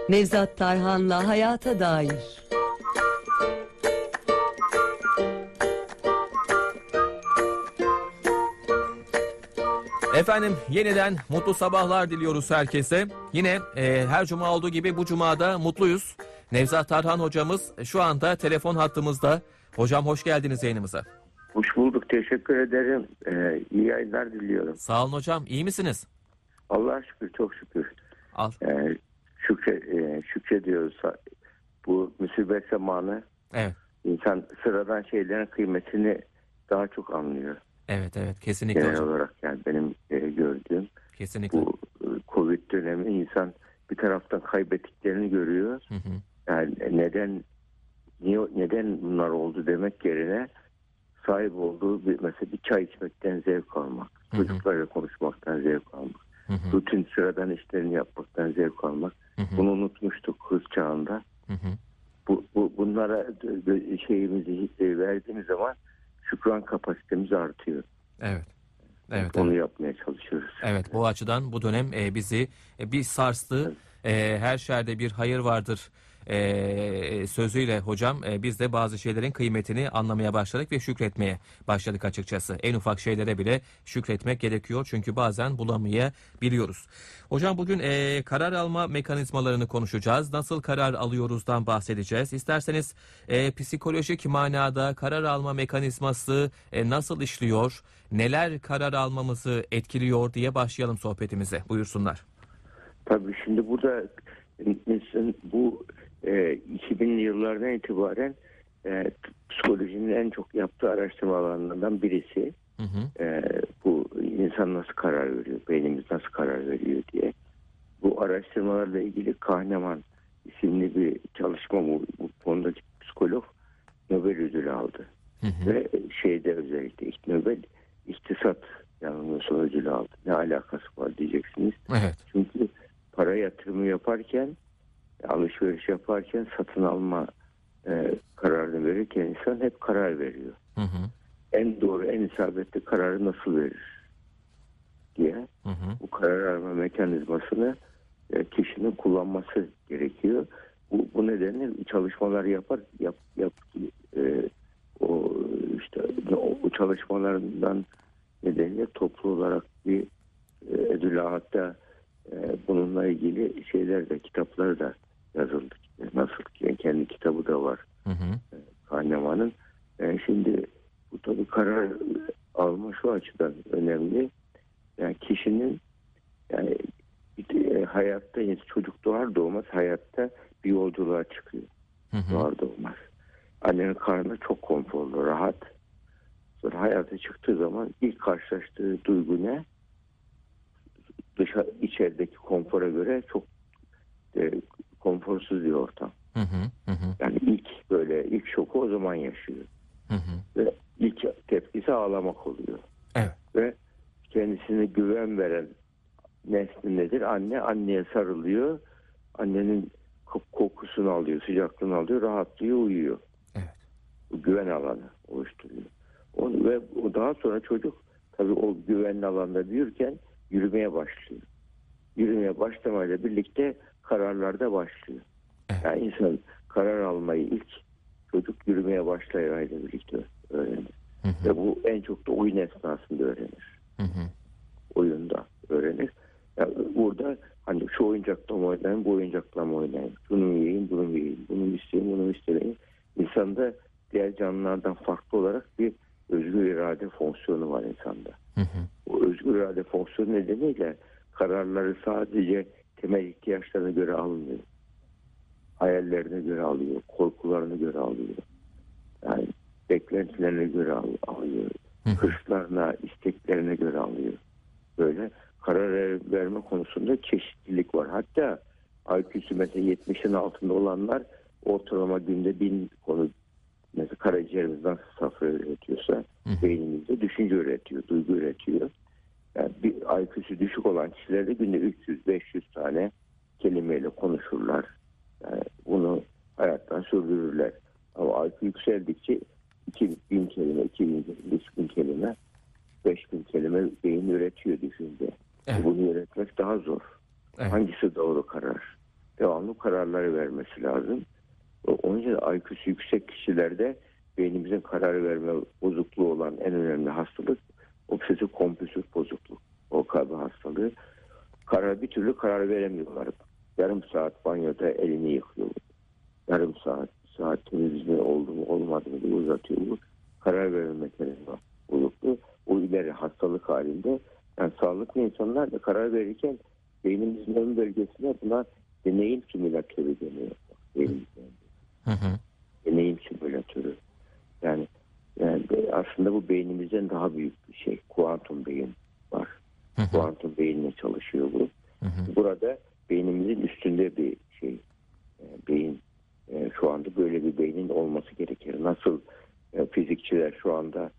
Nevzat Tarhan'la Hayata Dair. Efendim yeniden mutlu sabahlar diliyoruz herkese. Yine her cuma olduğu gibi bu cumada mutluyuz. Nevzat Tarhan hocamız şu anda telefon hattımızda. Hocam hoş geldiniz yayınımıza. Hoş bulduk. Teşekkür ederim. İyi yayınlar diliyorum. Sağ olun hocam. İyi misiniz? Allah'a şükür. Çok şükür. Al. Şükrediyoruz. Bu musibet zamanı Evet. insan sıradan şeylerin kıymetini daha çok anlıyor. Evet kesinlikle Genel hocam. olarak yani benim gördüğüm Kesinlikle. bu Covid dönemi insan bir taraftan kaybettiklerini görüyor. Hı hı. Yani neden bunlar oldu demek yerine sahip olduğu mesela bir çay içmekten zevk almak, Hı hı. çocuklarla konuşmaktan zevk almak, Hı hı. rutin sıradan işlerini yapmaktan zevk almak. Hı hı. Bunu unutmuştuk hız çağında. Hı hı. Bunlara şeyimizi verdiğimiz zaman şükran kapasitemiz artıyor. Evet. Onu yapmaya çalışıyoruz. Evet, bu açıdan bu dönem bizi bir sarstı. Her şerde bir hayır vardır sözüyle hocam biz de bazı şeylerin kıymetini anlamaya başladık ve şükretmeye başladık açıkçası. En ufak şeylere bile şükretmek gerekiyor çünkü bazen bulamayabiliyoruz. Hocam bugün karar alma mekanizmalarını konuşacağız. Nasıl karar alıyoruzdan bahsedeceğiz. İsterseniz psikolojik manada karar alma mekanizması nasıl işliyor, neler karar almamızı etkiliyor diye başlayalım sohbetimize. Buyursunlar. Tabii şimdi burada bu 2000'li yıllardan itibaren psikolojinin en çok yaptığı araştırma alanlarından birisi. Hı hı. Bu insan nasıl karar veriyor, beynimiz nasıl karar veriyor diye. Bu araştırmalarla ilgili Kahneman isimli bir çalışma bu konudaki psikolog Nobel ödülü aldı. Hı hı. Ve özellikle Nobel iktisat yanılmıyorsam ödülü aldı. Ne alakası var diyeceksiniz. Evet. Çünkü para yatırımı yaparken, alışveriş yaparken, satın alma kararını verirken insan hep karar veriyor. Hı hı. En doğru, en isabetli kararı nasıl verir diye Hı hı. bu karar alma mekanizmasını kişinin kullanması gerekiyor. Bu nedenle çalışmalar o çalışmalarından nedeniyle toplu olarak bir ödül, hatta bununla ilgili şeyler de, kitaplar da yazıldı. Nasıl ki yani kendi kitabı da var. Hı hı. Kahneman'ın. Şimdi bu tabii karar alma şu açıdan önemli. Yani kişinin hayatta çocuk doğar doğmaz hayatta bir yolculuğa çıkıyor. Hı hı. Doğar doğmaz. Annenin karnı çok konforlu, rahat. Sonra hayata çıktığı zaman ilk karşılaştığı duygu ne? İçerideki konfora göre çok konforsuz bir ortam. Hı hı. Hı hı. Yani ilk şoku o zaman yaşıyor. Hı hı. Ve ilk tepkisi ağlamak oluyor. Evet. Ve kendisine güven veren nesne nedir? Anne. Anneye sarılıyor. Annenin kokusunu alıyor, sıcaklığını alıyor, rahatlıyor, uyuyor. Evet. Bu güven alanı oluşturuyor. Ve daha sonra çocuk tabii o güvenli alanda büyürken yürümeye başlıyor. Yürümeye başlamayla birlikte kararlar da başlıyor. Evet. Yani insan karar almayı ilk çocuk yürümeye başlamayla birlikte öğrenir. Hı hı. Ve bu en çok da oyun esnasında öğrenir. Hı hı. Oyunda öğrenir. Yani burada hani şu oyuncakla mı oynayayım, bu oyuncakla mı oynayayım, şunu mu yiyeyim, bunu mu yiyeyim, bunu mu isteyeyim, bunu mu istemeyeyim. İnsanda diğer canlılardan farklı olarak bir özgür irade fonksiyonu var insanda. Hı hı. O özgür irade fonksiyonu nedeniyle kararları sadece temel ihtiyaçlarına göre almıyor. Hayallerine göre alıyor, korkularına göre alıyor. Yani beklentilerine göre alıyor. Hı hı. Hırslarına, isteklerine göre alıyor. Böyle karar verme konusunda çeşitlilik var. Hatta IQ'su mesela 70'in altında olanlar ortalama günde 1000 konu, mesela karaciğerimiz nasıl safra üretiyorsa beynimizde düşünce üretiyor, duygu üretiyor. Yani bir IQ'su düşük olan kişilerde günde 300-500 tane kelimeyle konuşurlar. Yani bunu hayattan sürdürürler. Ama IQ yükseldikçe 2000 kelime, 2000 kelime, 3000 kelime, 5000 kelime beyin üretiyor düşünce. Evet. Bunu yönetmek daha zor. Evet. Hangisi doğru karar? devamlı kararları vermesi lazım. Onun için IQ'su yüksek kişilerde beynimizin karar verme bozukluğu olan en önemli hastalık obsesif kompulsif bozukluk. OKB hastalığı. Bir türlü karar veremiyorlar. Yarım saat banyoda elini yıkıyor. Yarım saat temizliği oldu mu olmadı mı diye uzatıyor. Bu karar verme mekanizma bozukluğu. O ileri hastalık halinde. Yani sağlıklı insanlar da karar verirken beynimizin ön bölgesine buna deneyim simülatörü deniyor. Deneyim simülatörü. Yani aslında bu beynimizden daha büyük bir şey. Kuantum beyin var. Kuantum beyinle çalışıyor bu. Burada beynimizin üstünde bir şey. Beyin. Şu anda böyle bir beynin olması gerekir. Nasıl fizikçiler şu anda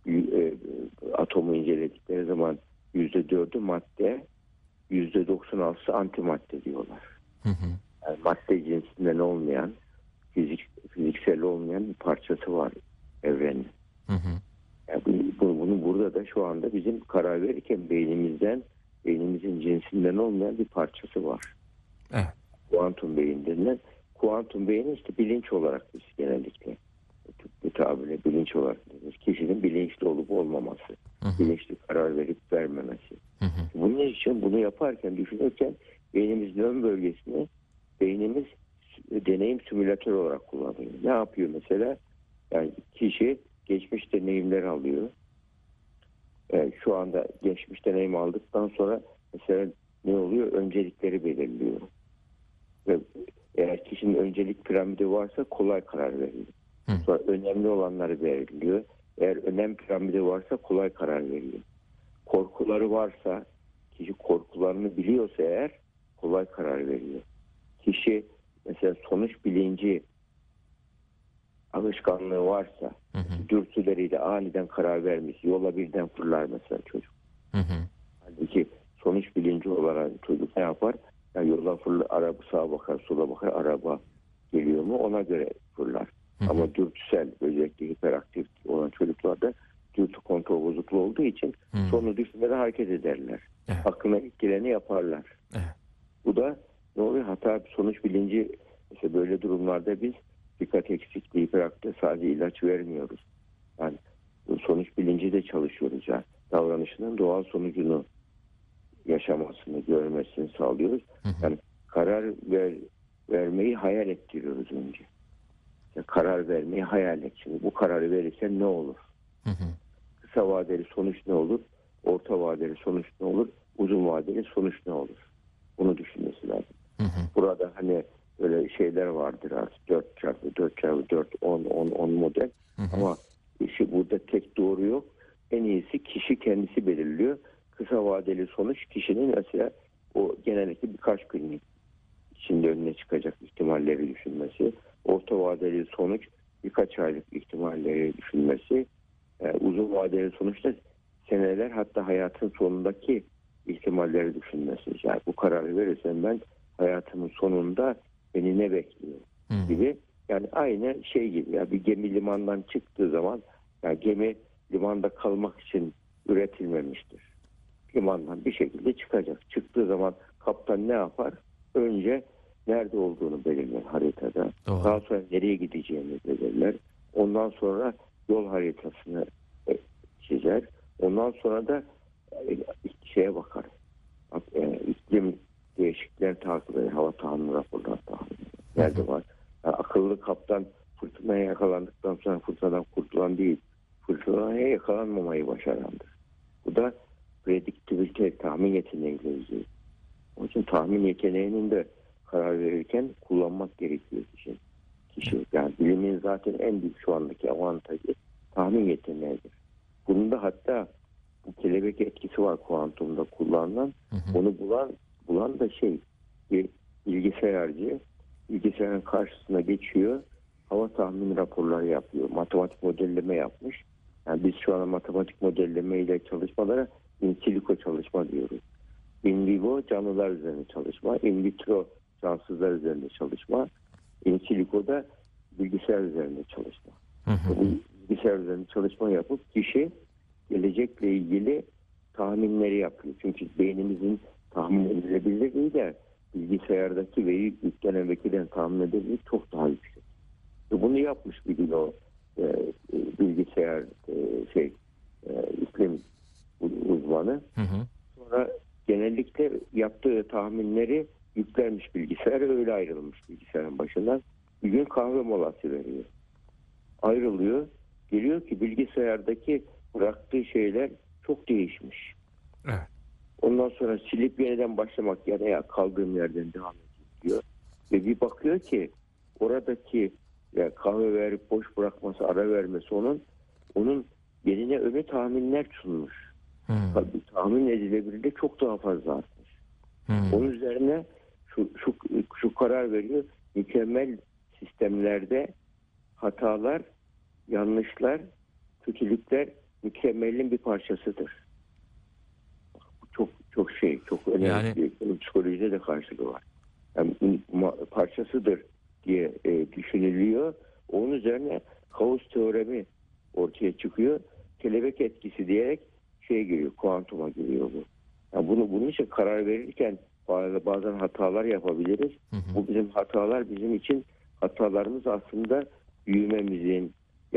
atomu inceledikleri zaman %4'ü madde, %96'sı antimadde diyorlar. Yani madde cinsinden olmayan, fiziksel olmayan bir parçası var evrenin. Yani bunu burada da şu anda bizim karar verirken beynimizin cinsinden olmayan bir parçası var. Evet. Kuantum beyin denilen. Kuantum beyni işte bilinç olarak biz genellikle bu tabirle bilinç olarak denir. Kişinin bilinçli olup olmaması. Bilinçli karar verip vermemesi. Bunun için bunu yaparken, düşünürken beynimizin ön bölgesini beynimiz deneyim simülatörü olarak kullanıyor. Ne yapıyor mesela? Yani kişi geçmiş deneyimleri alıyor. Şu anda geçmiş deneyim aldıktan sonra mesela ne oluyor? Öncelikleri belirliyor. Ve eğer kişinin öncelik piramidi varsa kolay karar veriyor. Sonra önemli olanları belirliyor. Eğer önem piramidi varsa kolay karar veriyor. Korkuları varsa, kişi korkularını biliyorsa eğer kolay karar veriyor. Kişi mesela sonuç bilinci alışkanlığı varsa dürtüleriyle aniden karar vermiş. Yola birden fırlar mesela çocuk. Halbuki sonuç bilinci olarak çocuk ne yapar? Yani yola fırlar, araba sağa bakar, sola bakar, araba geliyor mu ona göre fırlar. Ama dürtüsel, özellikle hiperaktif olan çocuklarda dürtü kontrol bozukluğu olduğu için sonu düşünmeden hareket ederler. Evet. Aklına ilk geleni yaparlar. Evet. Bu da ne oluyor? Hata sonuç bilinci, mesela böyle durumlarda biz dikkat eksikliği, hiperaktif sadece ilaç vermiyoruz. Yani sonuç bilinci de çalışıyoruz. Yani davranışının doğal sonucunu yaşamasını, görmesini sağlıyoruz. Yani karar vermeyi hayal ettiriyoruz önce. Yani karar vermeyi hayal et. Şimdi bu kararı verirsen ne olur? Kısa vadeli sonuç ne olur? Orta vadeli sonuç ne olur? Uzun vadeli sonuç ne olur? Bunu düşünmesi lazım. Burada hani böyle şeyler vardır artık 4x4x4 10 model. Ama işi burada tek doğru yok. En iyisi kişi kendisi belirliyor. Kısa vadeli sonuç kişinin mesela o genellikle birkaç günlük içinde önüne çıkacak ihtimalleri düşünmesi. Orta vadeli sonuç birkaç aylık ihtimalleri düşünmesi. Uzun vadeli sonuçta seneler, hatta hayatın sonundaki ihtimalleri düşünmesi. Yani bu kararı verirsem ben hayatımın sonunda beni ne bekliyor gibi. Yani aynı şey gibi ya, bir gemi limandan çıktığı zaman, yani gemi limanda kalmak için üretilmemiştir. Limandan bir şekilde çıkacak. Çıktığı zaman kaptan ne yapar? Önce nerede olduğunu belirler haritada. Doğru. Daha sonra nereye gideceğini belirler. Ondan sonra yol haritasını çizer. Ondan sonra da şeye bakar. İklim değişikliklerini takip eder. Hava tahmini raporları takip eder. Nerede var? Yani akıllı kaptan fırtınaya yakalandıktan sonra fırtınadan kurtulan değil, fırtınaya yakalanmamayı başarandır. Bu da prediktivite, tahmin yeteneğiyle ilgili. Onun için tahmin yeteneğinin de karar verirken kullanmak gerekiyor kişi. Yani bilimin zaten en büyük şu andaki avantajı tahmin yeteneğidir. Bunun da hatta bu kelebek etkisi var kuantumda kullanılan. Onu bulan da bir bilgisayarcı, bilgisayarın karşısına geçiyor, hava tahmin raporları yapıyor. Matematik modelleme yapmış. Yani biz şu an matematik modelleme ile çalışmalara in silico çalışma diyoruz. In vivo canlılar üzerinde çalışma, in vitro cansızlar üzerinde çalışma, in silico'da bilgisayar üzerinde çalışma. Bu bilgisayar üzerinde çalışma yapıp kişi gelecekle ilgili tahminleri yapıyor. Çünkü beynimizin tahmin edilebilirliği de bilgisayardaki ve yüklenen vekilden tahmin edebilir çok daha yüksek. Bunu yapmış bir gün o bilgisayar iklim uzmanı. Hı hı. Sonra genellikle yaptığı tahminleri yüklenmiş bilgisayara, öyle ayrılmış bilgisayarın başından. Bir gün kahve molası veriyor. Ayrılıyor. Geliyor ki bilgisayardaki bıraktığı şeyler çok değişmiş. Evet. Ondan sonra silip yeniden başlamak ya da kaldığım yerden devam edeyim diyor. Ve bir bakıyor ki oradaki kahve verip boş bırakması, ara vermesi onun yerine öyle tahminler sunmuş. Tabii tahmin edilebilir çok daha fazla artmış. Onun üzerine şu karar veriyor. Mükemmel sistemlerde hatalar, yanlışlar, kötülükler mükemmelin bir parçasıdır. Çok önemli. Yani Psikolojide de karşılığı var. Yani parçasıdır diye düşünülüyor. Onun üzerine kaos teoremi ortaya çıkıyor. Kelebek etkisi diyerek giriyor, kuantuma giriyor bu. Yani bunun için karar verirken bazen hatalar yapabiliriz. Bu bizim için hatalarımız aslında büyümemizin,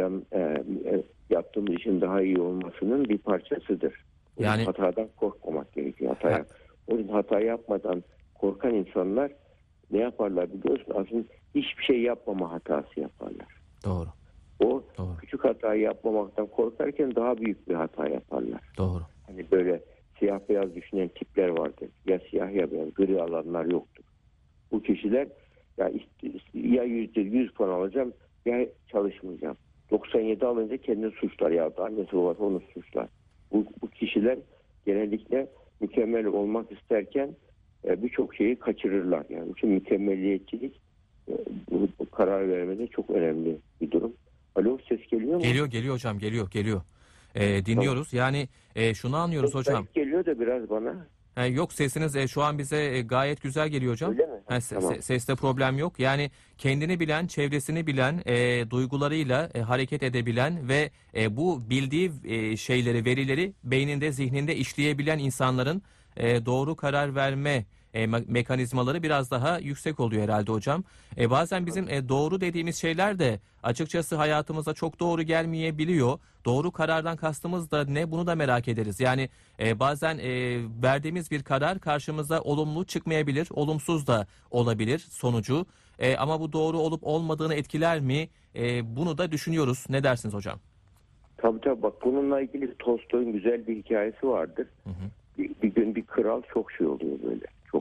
yaptığımız işin daha iyi olmasının bir parçasıdır. Yani hatadan korkmamak gerekiyor. O yüzden hata yapmadan korkan insanlar ne yaparlar biliyorsun? Aslında hiçbir şey yapmama hatası yaparlar. Doğru. Doğru. Küçük hatayı yapmamaktan korkarken daha büyük bir hata yaparlar. Doğru. Hani böyle siyah beyaz düşünen tipler vardır. Ya siyah ya beyaz, gri alanlar yoktur. Bu kişiler ya %100 puan alacağım ya çalışmayacağım. 97 alınca kendini suçlar ya da annesi babası onu suçlar. Bu kişiler genellikle mükemmel olmak isterken birçok şeyi kaçırırlar. Yani için mükemmeliyetçilik bu karar vermede çok önemli bir durum. Alo, ses geliyor mu? Geliyor hocam, geliyor. Dinliyoruz. Tamam. Yani şunu anlıyoruz hocam. Ses geliyor da biraz bana. Yok, sesiniz şu an bize gayet güzel geliyor hocam. Öyle mi? Tamam. Seste problem yok. Yani kendini bilen, çevresini bilen, duygularıyla hareket edebilen ve bu bildiği şeyleri, verileri beyninde, zihninde işleyebilen insanların doğru karar verme mekanizmaları biraz daha yüksek oluyor herhalde hocam. Bazen bizim doğru dediğimiz şeyler de açıkçası hayatımıza çok doğru gelmeyebiliyor. Doğru karardan kastımız da ne, bunu da merak ederiz. Yani bazen verdiğimiz bir karar karşımıza olumlu çıkmayabilir, olumsuz da olabilir sonucu. Ama bu doğru olup olmadığını etkiler mi? Bunu da düşünüyoruz. Ne dersiniz hocam? Tabii bak, bununla ilgili Tolstoy'un güzel bir hikayesi vardır. Hı hı. Bir gün bir kral çok oluyor böyle. Çok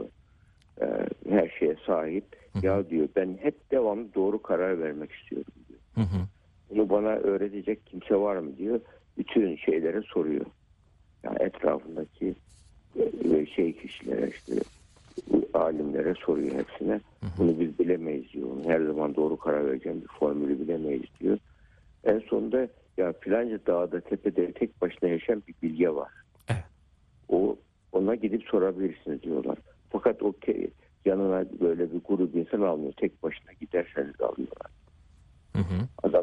her şeye sahip. Hı hı. Ya diyor, ben hep devamlı doğru karar vermek istiyorum diyor. Hı hı. Bunu bana öğretecek kimse var mı diyor. Bütün şeylere soruyor. Yani etrafındaki kişilere, işte alimlere soruyor hepsine. Hı hı. Bunu biz bilemeyiz diyor. Her zaman doğru karar vereceğim bir formülü bilemeyiz diyor. En sonunda ya filanca dağda, tepede tek başına yaşayan bir bilge var. Evet. Ona gidip sorabilirsiniz diyorlar. Fakat o yanına böyle bir grup insan almıyor. Tek başına giderseniz alıyorlar. Hı hı. Adam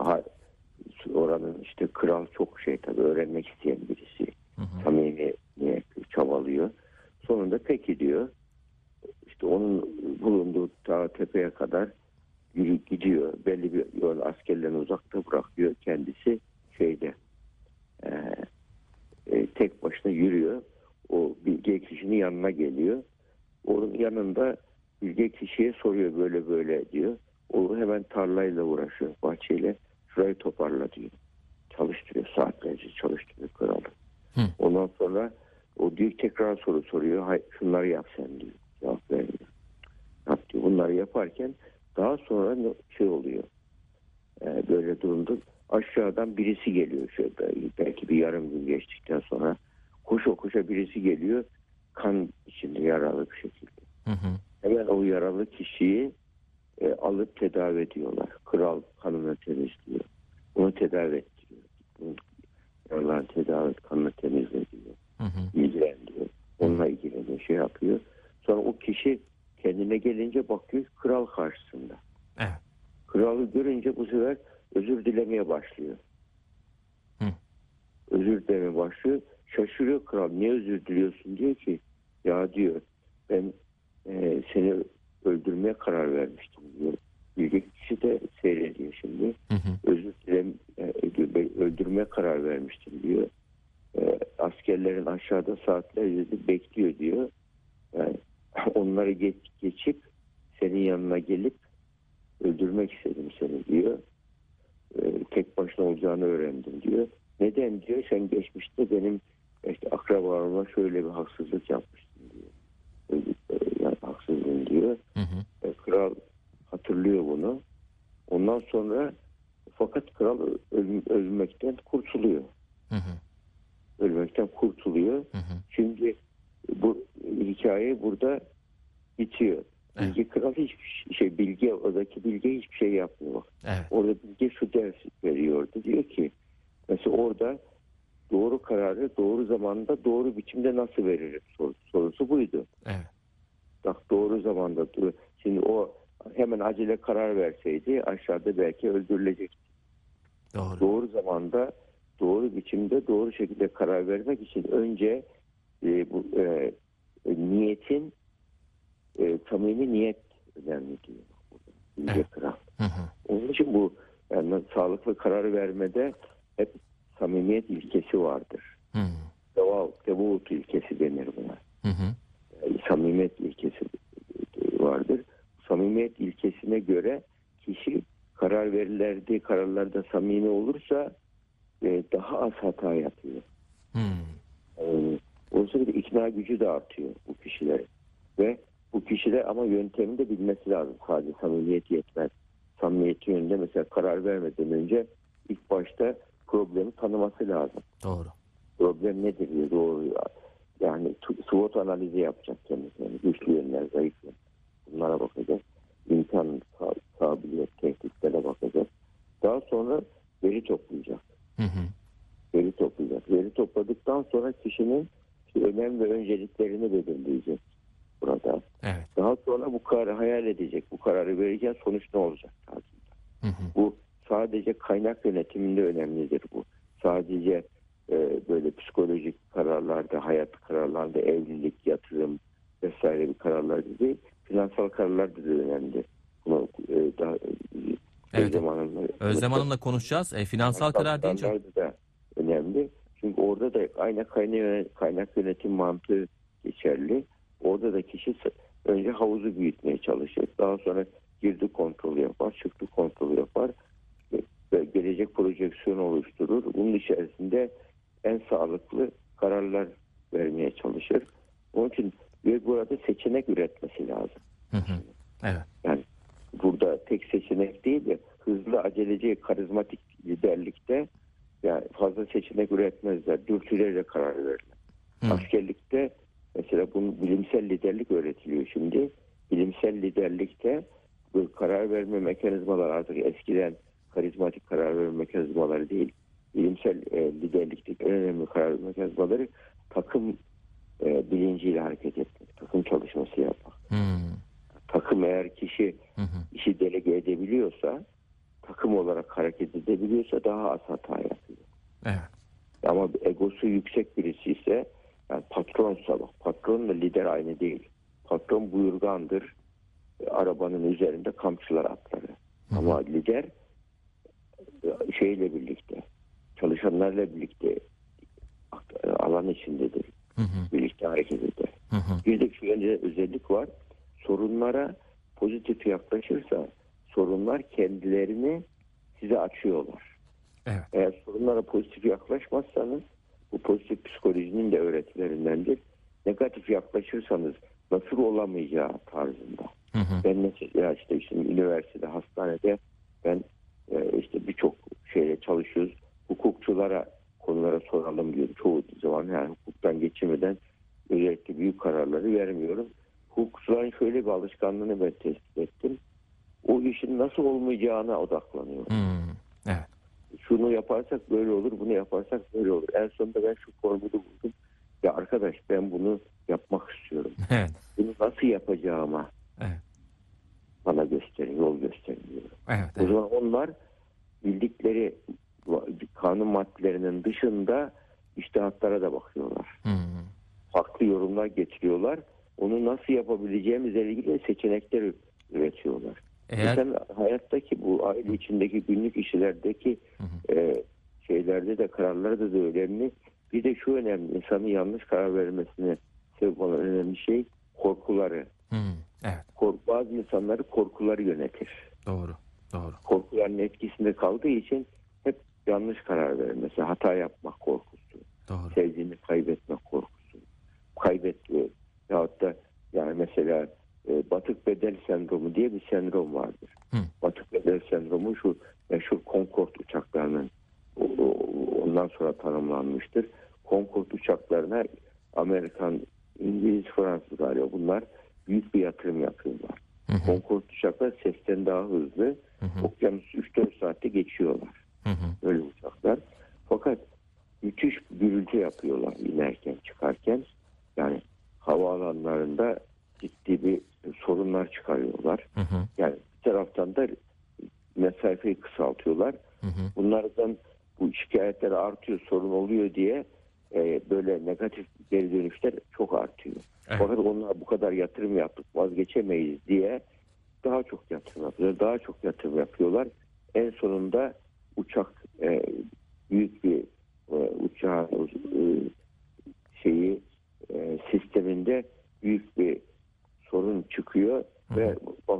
oranın işte kral çok tabii öğrenmek isteyen birisi. Hı hı. Samimi çabalıyor. Sonunda peki diyor. İşte onun bulunduğu dağ tepeye kadar gidiyor. Belli bir yol, askerlerini uzakta bırakıyor. Kendisi tek başına yürüyor. O bilge kişinin yanına geliyor. Onun yanında bilge kişiye soruyor, böyle diyor. O hemen tarlayla uğraşıyor, bahçeyle. Şurayı toparla diyor. Çalıştırıyor, saatlerce çalıştırıyor kralı. Ondan sonra o diyor, tekrar soru soruyor. Hayır, şunları yap sen diyor. Cevap vermiyor. Yap diyor. Bunları yaparken daha sonra oluyor. Böyle durumda aşağıdan birisi geliyor. Belki bir yarım gün geçtikten sonra koşa birisi geliyor. Kan içinde, yaralı bir şekilde. Hı hı. Hemen o yaralı kişiyi alıp tedavi ediyorlar. Kral kanını temizliyor. Onu tedavi ettiriyor. Yaraların tedavi kanını temizle diyor. İlgilendiriyor. Onunla ilgileniyor, yapıyor. Sonra o kişi kendine gelince bakıyor, kral karşısında. Evet. Kralı görünce bu sefer özür dilemeye başlıyor. Özür dilemeye başlıyor. Şaşırıyor kral. Niye özür diliyorsun diyor ki, ya diyor, ben seni öldürmeye karar vermiştim diyor. Bilge kişi de seyrediyor şimdi. Hı hı. Özür dilerim, öldürmeye karar vermiştim diyor. Askerlerin aşağıda saatlerce bekliyor diyor. Yani onları geçip senin yanına gelip öldürmek istedim seni diyor. Tek başına olacağını öğrendim diyor. Neden diyor? Sen geçmişte benim işte akrabalarıma şöyle bir haksızlık yapmıştın diyor. Yani haksızlığın diyor. Hı hı. Kral hatırlıyor bunu. Ondan sonra fakat kral ölmekten kurtuluyor. Hı hı. Ölmekten kurtuluyor. Hı hı. Şimdi bu hikaye burada bitiyor. Evet. Bilge kral hiçbir şey, oradaki Bilge hiçbir şey yapmıyor. Evet. Orada Bilge şu ders veriyordu. Diyor ki mesela orada doğru kararı doğru zamanda doğru biçimde nasıl veririm sorusu buydu. Evet. Bak doğru zamanda. Şimdi o hemen acele karar verseydi aşağıda belki öldürülecek. Doğru. Doğru zamanda doğru biçimde doğru şekilde karar vermek için önce niyetin samimi niyet önemli diyor. Bilge Evet. kral. Hı hı. Onun için bu yani sağlıklı karar vermede hep samimiyet ilkesi vardır. Hı hı. Devaut ilkesi denir buna. Hı hı. Yani samimiyet ilkesi vardır. Samimiyet ilkesine göre kişi karar verildiği kararlarda samimi olursa daha az hata yapıyor. Hı. O sırada ikna gücü de artıyor bu kişilerin. Ve bu kişiler ama yöntemi de bilmesi lazım. Sadece samimiyet yetmez. Samimiyet yönünde mesela karar vermeden önce ilk başta problemi tanıması lazım. Doğru. Problem nedir diye doğru. Yani SWOT analizi yapacak kendisine. Güçlü yönler, zayıf yönler. Bunlara bakacak. İmkan, kabiliyet, tehditlere bakacak. Daha sonra veri toplayacak. Hı hı. Veri toplayacak. Veri topladıktan sonra kişinin önem ve önceliklerini belirleyecek burada. Evet. Daha sonra bu kararı hayal edecek. Bu kararı verirken sonuç ne olacak? Hı hı. Bu sadece kaynak yönetiminde önemlidir bu. Sadece böyle psikolojik kararlarda, hayat kararlarında, evlilik, yatırım vesaire bir kararlarda değil, finansal kararlarda da önemli. Bunu daha Evet. Özlem Hanım'la konuşacağız. Finansal karar deyince. kararlarda da önemli. Çünkü orada da aynı kaynak yönetim mantığı geçerli. Orada da kişi önce havuzu büyütmeye çalışır. Daha sonra girdi kontrolü yapar, çıktı kontrolü yapar ve gelecek projeksiyon oluşturur. Bunun içerisinde en sağlıklı kararlar vermeye çalışır. Onun için ve burada seçenek üretmesi lazım. Hı hı. Evet. Yani burada tek seçenek değil de hızlı, aceleci, karizmatik liderlikte yani fazla seçenek üretmezler. Dürtülerle karar verirler. Hı. Askerlikte mesela bunu bilimsel liderlik öğretiliyor şimdi. Bilimsel liderlikte bu karar verme mekanizmalar artık eskiden karizmatik karar verme mekanizmaları değil. Bilimsel liderlikteki en önemli karar verme mekanizmaları takım bilinciyle hareket etmek, takım çalışması yapmak. Hı. Takım eğer kişi Hı hı. işi delege edebiliyorsa, takım olarak hareket edebiliyorsa daha az hata yapıyor. Evet. Ama egosu yüksek birisi ise yani patronsa bak, patronla lider aynı değil. Patron buyurgandır. Arabanın üzerinde kamçılar atları. Hı hı. Ama lider şeyle birlikte, çalışanlarla birlikte alan içindedir. Hı hı. Birlikte hareket eder. Hı hı. Bir de şöyle özellik var. Sorunlara pozitif yaklaşırsa sorunlar kendilerini size açıyorlar. Evet. Eğer sorunlara pozitif yaklaşmazsanız bu pozitif psikolojinin de öğretilerindendir. Negatif yaklaşırsanız nasıl olamayacağı tarzında. Hı hı. Ben mesela işte üniversitede, hastanede ben işte birçok şeyle çalışıyoruz. Hukukçulara konulara soralım diyorum. Çoğu zaman yani hukuktan geçirmeden özellikle büyük kararları vermiyorum. Hukukçuların şöyle bir alışkanlığını ben tespit ettim. O işin nasıl olmayacağına odaklanıyor. Hı. Evet. Şunu yaparsak böyle olur, bunu yaparsak böyle olur. En sonunda ben şu formülü buldum. Ya arkadaş ben bunu yapmak istiyorum. Evet. Bunu nasıl yapacağıma Evet. bana gösterin, yol gösterin diyorum. Evet. O zaman onlar bildikleri kanun maddelerinin dışında içtihatlara da bakıyorlar. Hı. Farklı yorumlar getiriyorlar onu nasıl yapabileceğimizle ilgili seçenekler üretiyorlar. Eğer Sen hayattaki bu aile içindeki günlük işlerdeki şeylerde de kararlarda da önemli. Bir de şu önemli, insanın yanlış karar vermesine sebep olan önemli şey korkuları. evet, Bazı insanları korkuları yönetir. doğru. Korkuların etkisinde kaldığı için hep yanlış karar verir. Mesela hata yapmak korkusu, Doğru. sevdiğini kaybetmek korkusu, kaybetme yahut da yani mesela batık bedel sendromu diye bir sendrom vardır. Batık bedel sendromu şu meşhur Concorde uçaklarının ondan sonra tanımlanmıştır. Concorde uçaklarına Amerikan, İngiliz, Fransız galiba bunlar büyük bir yatırım yapıyorlar. Concorde uçaklar sesten daha hızlı. Okyanus 3-4 saatte geçiyorlar. Öyle uçaklar. Fakat müthiş bir gürültü yapıyorlar inerken çıkarken. Yani havaalanlarında ciddi bir sorunlar çıkarıyorlar. Yani bir taraftan da mesafeyi kısaltıyorlar. Bunlardan bu şikayetler artıyor, sorun oluyor diye böyle negatif geri dönüşler çok artıyor. Evet. Fakat onlar bu kadar yatırım yaptık vazgeçemeyiz diye daha çok yatırım yapıyorlar. Daha çok yatırım yapıyorlar. En sonunda uçak büyük bir uçağın sisteminde büyük bir sorun çıkıyor ve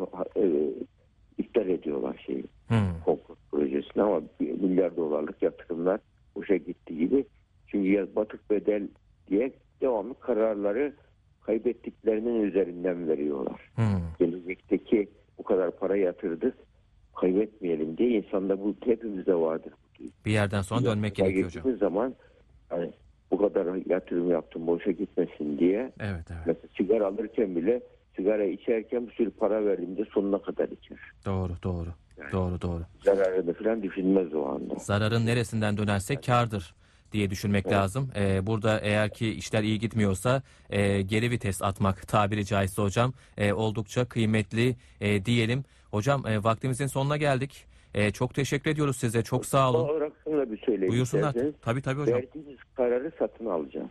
iptal ediyorlar Concorde projesini ama $1 milyar yatırımlar boşa gitti gibi. Çünkü batık bedel diye devamlı kararları kaybettiklerinin üzerinden veriyorlar. Gelecekteki bu kadar para yatırdık kaybetmeyelim diye insanda bu hepimizde vardır. Bir yerden sonra dönmek gerekiyor hocam. Zaman yani bu kadar yatırım yaptım boşa gitmesin diye. Evet. Mesela sigara alırken bile sigara içerken bir sürü para verdiğimde sonuna kadar içer. Doğru. Yani Doğru. zararını falan düşünmez o anda. Zararın neresinden dönerse kârdır diye düşünmek lazım. Burada eğer ki işler iyi gitmiyorsa geri vites atmak tabiri caizse hocam oldukça kıymetli diyelim. Hocam vaktimizin sonuna geldik. Çok teşekkür ediyoruz size. Çok sağ olun. Son olarak şunu da bir söyleyeyim. Buyursunlar. isterseniz. Tabii hocam. Verdiğimiz kararı satın alacağız.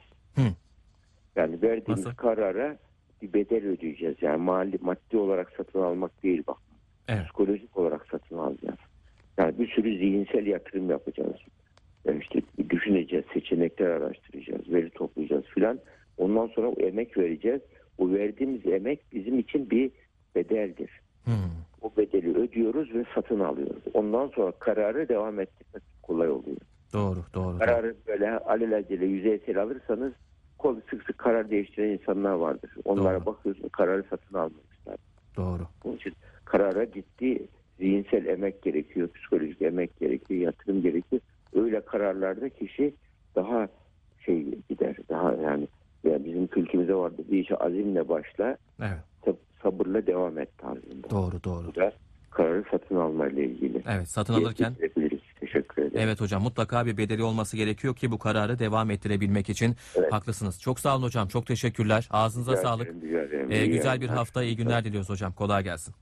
Yani verdiğimiz Nasıl? karara bir bedel ödeyeceğiz. Yani maddi olarak satın almak değil bak. Evet. Psikolojik olarak satın alacağız. Yani bir sürü zihinsel yatırım yapacağız. Yani işte düşüneceğiz, seçenekler araştıracağız, veri toplayacağız filan. Ondan sonra o emek vereceğiz. O verdiğimiz emek bizim için bir bedeldir. O bedeli ödüyoruz ve satın alıyoruz. Ondan sonra kararı devam ettirmek kolay oluyor. Doğru. Kararı böyle alelacele yüzeysel alırsanız sık sık karar değiştiren insanlar vardır. Onlara Doğru. bakıyorsun kararı satın almamışlar. Doğru. Onun için karara ciddi zihinsel emek gerekiyor, psikolojik emek gerekiyor, yatırım gerekiyor. Öyle kararlarda kişi daha gider. Daha yani bizim kültürümüzde vardı. Bir işe azimle başla, Evet. sabırla devam et tarzında. Doğru. Bu da kararı satın alma ile ilgili. Evet, satın alırken Teşekkür ederim. evet hocam mutlaka bir bedeli olması gerekiyor ki bu kararı devam ettirebilmek için. Evet. Haklısınız. Çok sağ olun hocam. Çok teşekkürler. Ağzınıza Rica sağlık. ederim, rica ederim. İyi Güzel bir yayınlar. hafta, iyi günler diliyoruz hocam. Kolay gelsin.